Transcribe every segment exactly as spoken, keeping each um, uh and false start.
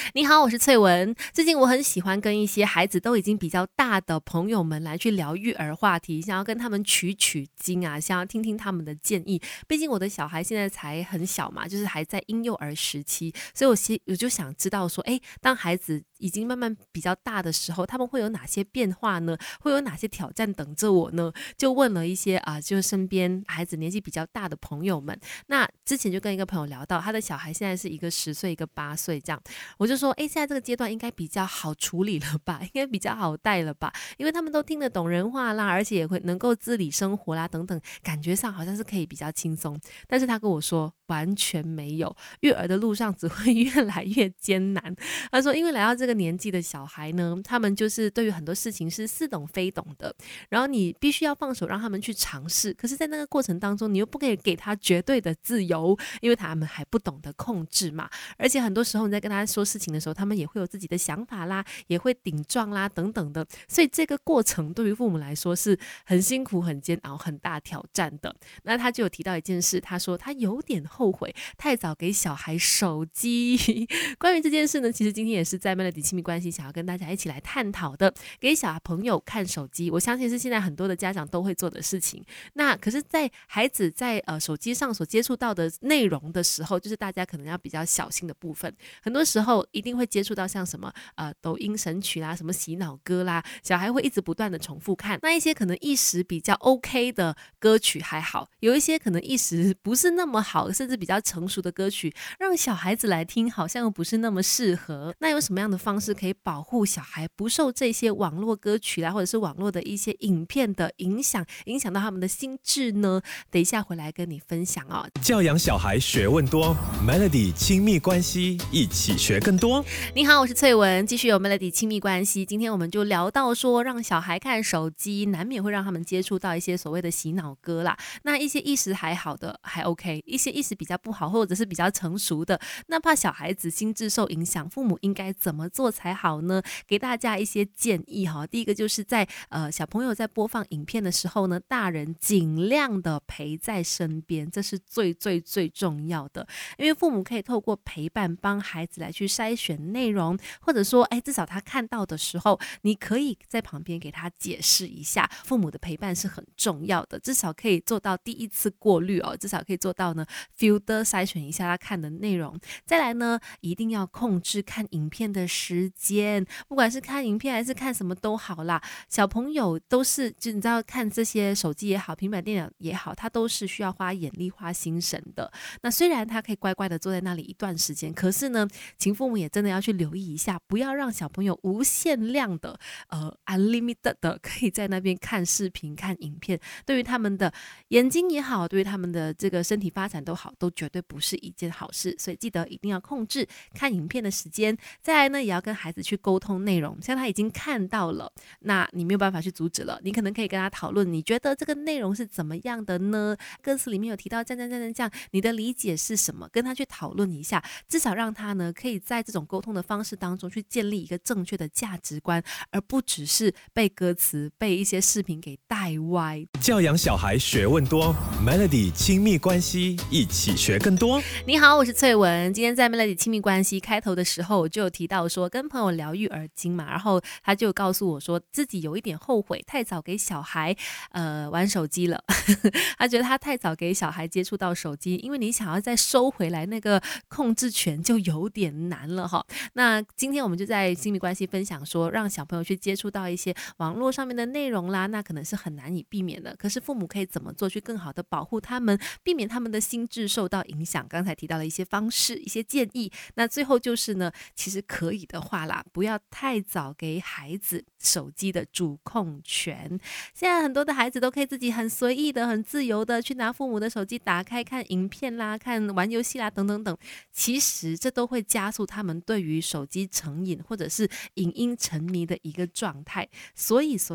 你好，我是翠文。最近我很喜欢跟一些孩子都已经比较大的朋友们来去聊育儿话题，想要跟他们取取经啊，想要听听他们的建议。毕竟我的小孩现在才很小嘛，就是还在婴幼儿时期，所以我希我就想知道说，哎，当孩子已经慢慢比较大的时候，他们会有哪些变化呢？会有哪些挑战等着我呢？就问了一些啊、呃，就是身边孩子年纪比较大的朋友们。那之前就跟一个朋友聊到，他的小孩现在是一个十岁，一个八岁这样。我就说，哎，现在这个阶段应该比较好处理了吧，应该比较好带了吧，因为他们都听得懂人话啦，而且也会能够自理生活啦，等等，感觉上好像是可以比较轻松。但是他跟我说，完全没有，育儿的路上只会越来越艰难。他说，因为来到这个年纪的小孩呢，他们就是对于很多事情是似懂非懂的，然后你必须要放手让他们去尝试，可是在那个过程当中，你又不可以给他绝对的自由，因为他们还不懂得控制嘛。而且很多时候你在跟他说事情的时候，他们也会有自己的想法啦，也会顶撞啦等等的，所以这个过程对于父母来说是很辛苦、很煎熬、很大挑战的。那他就有提到一件事，他说他有点后悔太早给小孩手机。关于这件事呢，其实今天也是在 Melody 亲密关系想要跟大家一起来探讨的。给小朋友看手机，我相信是现在很多的家长都会做的事情。那可是在孩子在呃手机上所接触到的内容的时候，就是大家可能要比较小心的部分。很多时候一定会接触到像什么呃抖音神曲啦，什么洗脑歌啦，小孩会一直不断的重复看。那一些可能一时比较 OK 的歌曲还好，有一些可能一时不是那么好，甚至比较成熟的歌曲，让小孩子来听好像又不是那么适合。那有什么样的方式可以保护小孩不受这些网络歌曲啦，或者是网络的一些影片的影响，影响到他们的心智呢？等一下回来跟你分享哦。 教养小孩学问多 ，Melody 亲密关系一起学更多。 你好，我是翠文，继续有 Melody 亲密关系。今天我们就聊到说，让小孩看手机，难免会让他们接触到一些所谓的洗脑歌啦。那一些一时还好的还 OK， 一些一时比较不好，或者是比较成熟的，那怕小孩子心智受影响，父母应该怎么做才好呢？给大家一些建议哈。第一个就是在呃小朋友在播放影片的时候呢，大人尽量的陪在身边，这是最最最重要的。因为父母可以透过陪伴帮孩子来去筛选内容，或者说哎，至少他看到的时候，你可以在旁边给他解释一下，父母的陪伴是很重要的，至少可以做到第一次过滤哦，至少可以做到呢 filter 筛选一下他看的内容。再来呢，一定要控制看影片的时间，不管是看影片还是看什么都好啦，小朋友都是就你知道看这些手机也好，平板电脑也好，他都是需要花眼力花心神的。那虽然他可以乖乖的坐在那里一段时间，可是呢，请父母也真的要去留意一下，不要让小朋友无限量的呃 unlimited 的可以在那边看视频看影片，对于他们的眼睛也好，对于他们的这个身体发展都好，都绝对不是一件好事。所以记得一定要控制看影片的时间。再来呢，也要跟孩子去沟通内容，像他已经看到了，那你没有办法去阻止了，你可能可以跟他讨论，你觉得这个内容是怎么样的呢？歌词里面有提到这样这样这样这样，你的理解是什么？跟他去讨论一下，至少让他呢可以在这种沟通的方式当中去建立一个正确的价值观，而不只是被歌词被一些视频给带歪。 教养小孩学问多 ，Melody 亲密关系一起学更多。 你好，我是翠文。今天在 Melody 亲密关系开头的时候，我就有提到说跟朋友聊育儿经嘛，然后他就告诉我说自己有一点后悔太早给小孩呃玩手机了。他觉得他太早给小孩接触到手机，因为你想要再收回来那个控制权就有点难了哈。那今天我们就在亲密关系分享说，让小朋友去接触到一些网络上面的内容啦，那可能是很难以避免的。可是父母可以怎么做去更好的保护他们，避免他们的心智受到影响？刚才提到了一些方式、一些建议。那最后就是呢，其实可以的话啦，不要太早给孩子手机的主控权。现在很多的孩子都可以自己很随意的、很自由的去拿父母的手机打开看影片啦、看玩游戏啦等等等。其实这都会加速他们对于手机成瘾或者是影音沉迷的一个状态。所以，所以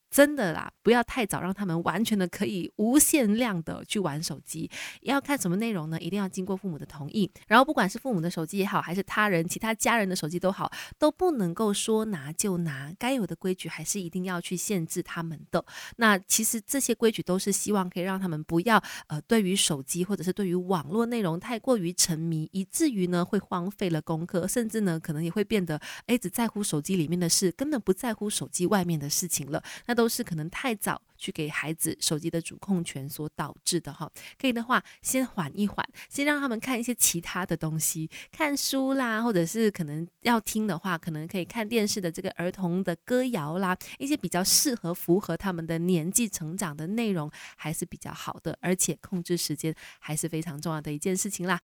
真的啦，不要太早让他们完全的可以无限量的去玩手机。要看什么内容呢？一定要经过父母的同意。然后不管是父母的手机也好，还是他人其他家人的手机都好，都不能够说拿就拿，该有的规矩还是一定要去限制他们的。那其实这些规矩都是希望可以让他们不要呃对于手机或者是对于网络内容太过于沉迷，以至于呢会荒废了功课，甚至呢可能也会变得哎只在乎手机里面的事，根本不在乎手机外面的事情了。那都是可能太早去给孩子手机的主控权所导致的哈。可以的话，先缓一缓，先让他们看一些其他的东西，看书啦，或者是可能要听的话，可能可以看电视的这个儿童的歌谣啦，一些比较适合符合他们的年纪成长的内容还是比较好的，而且控制时间还是非常重要的一件事情啦。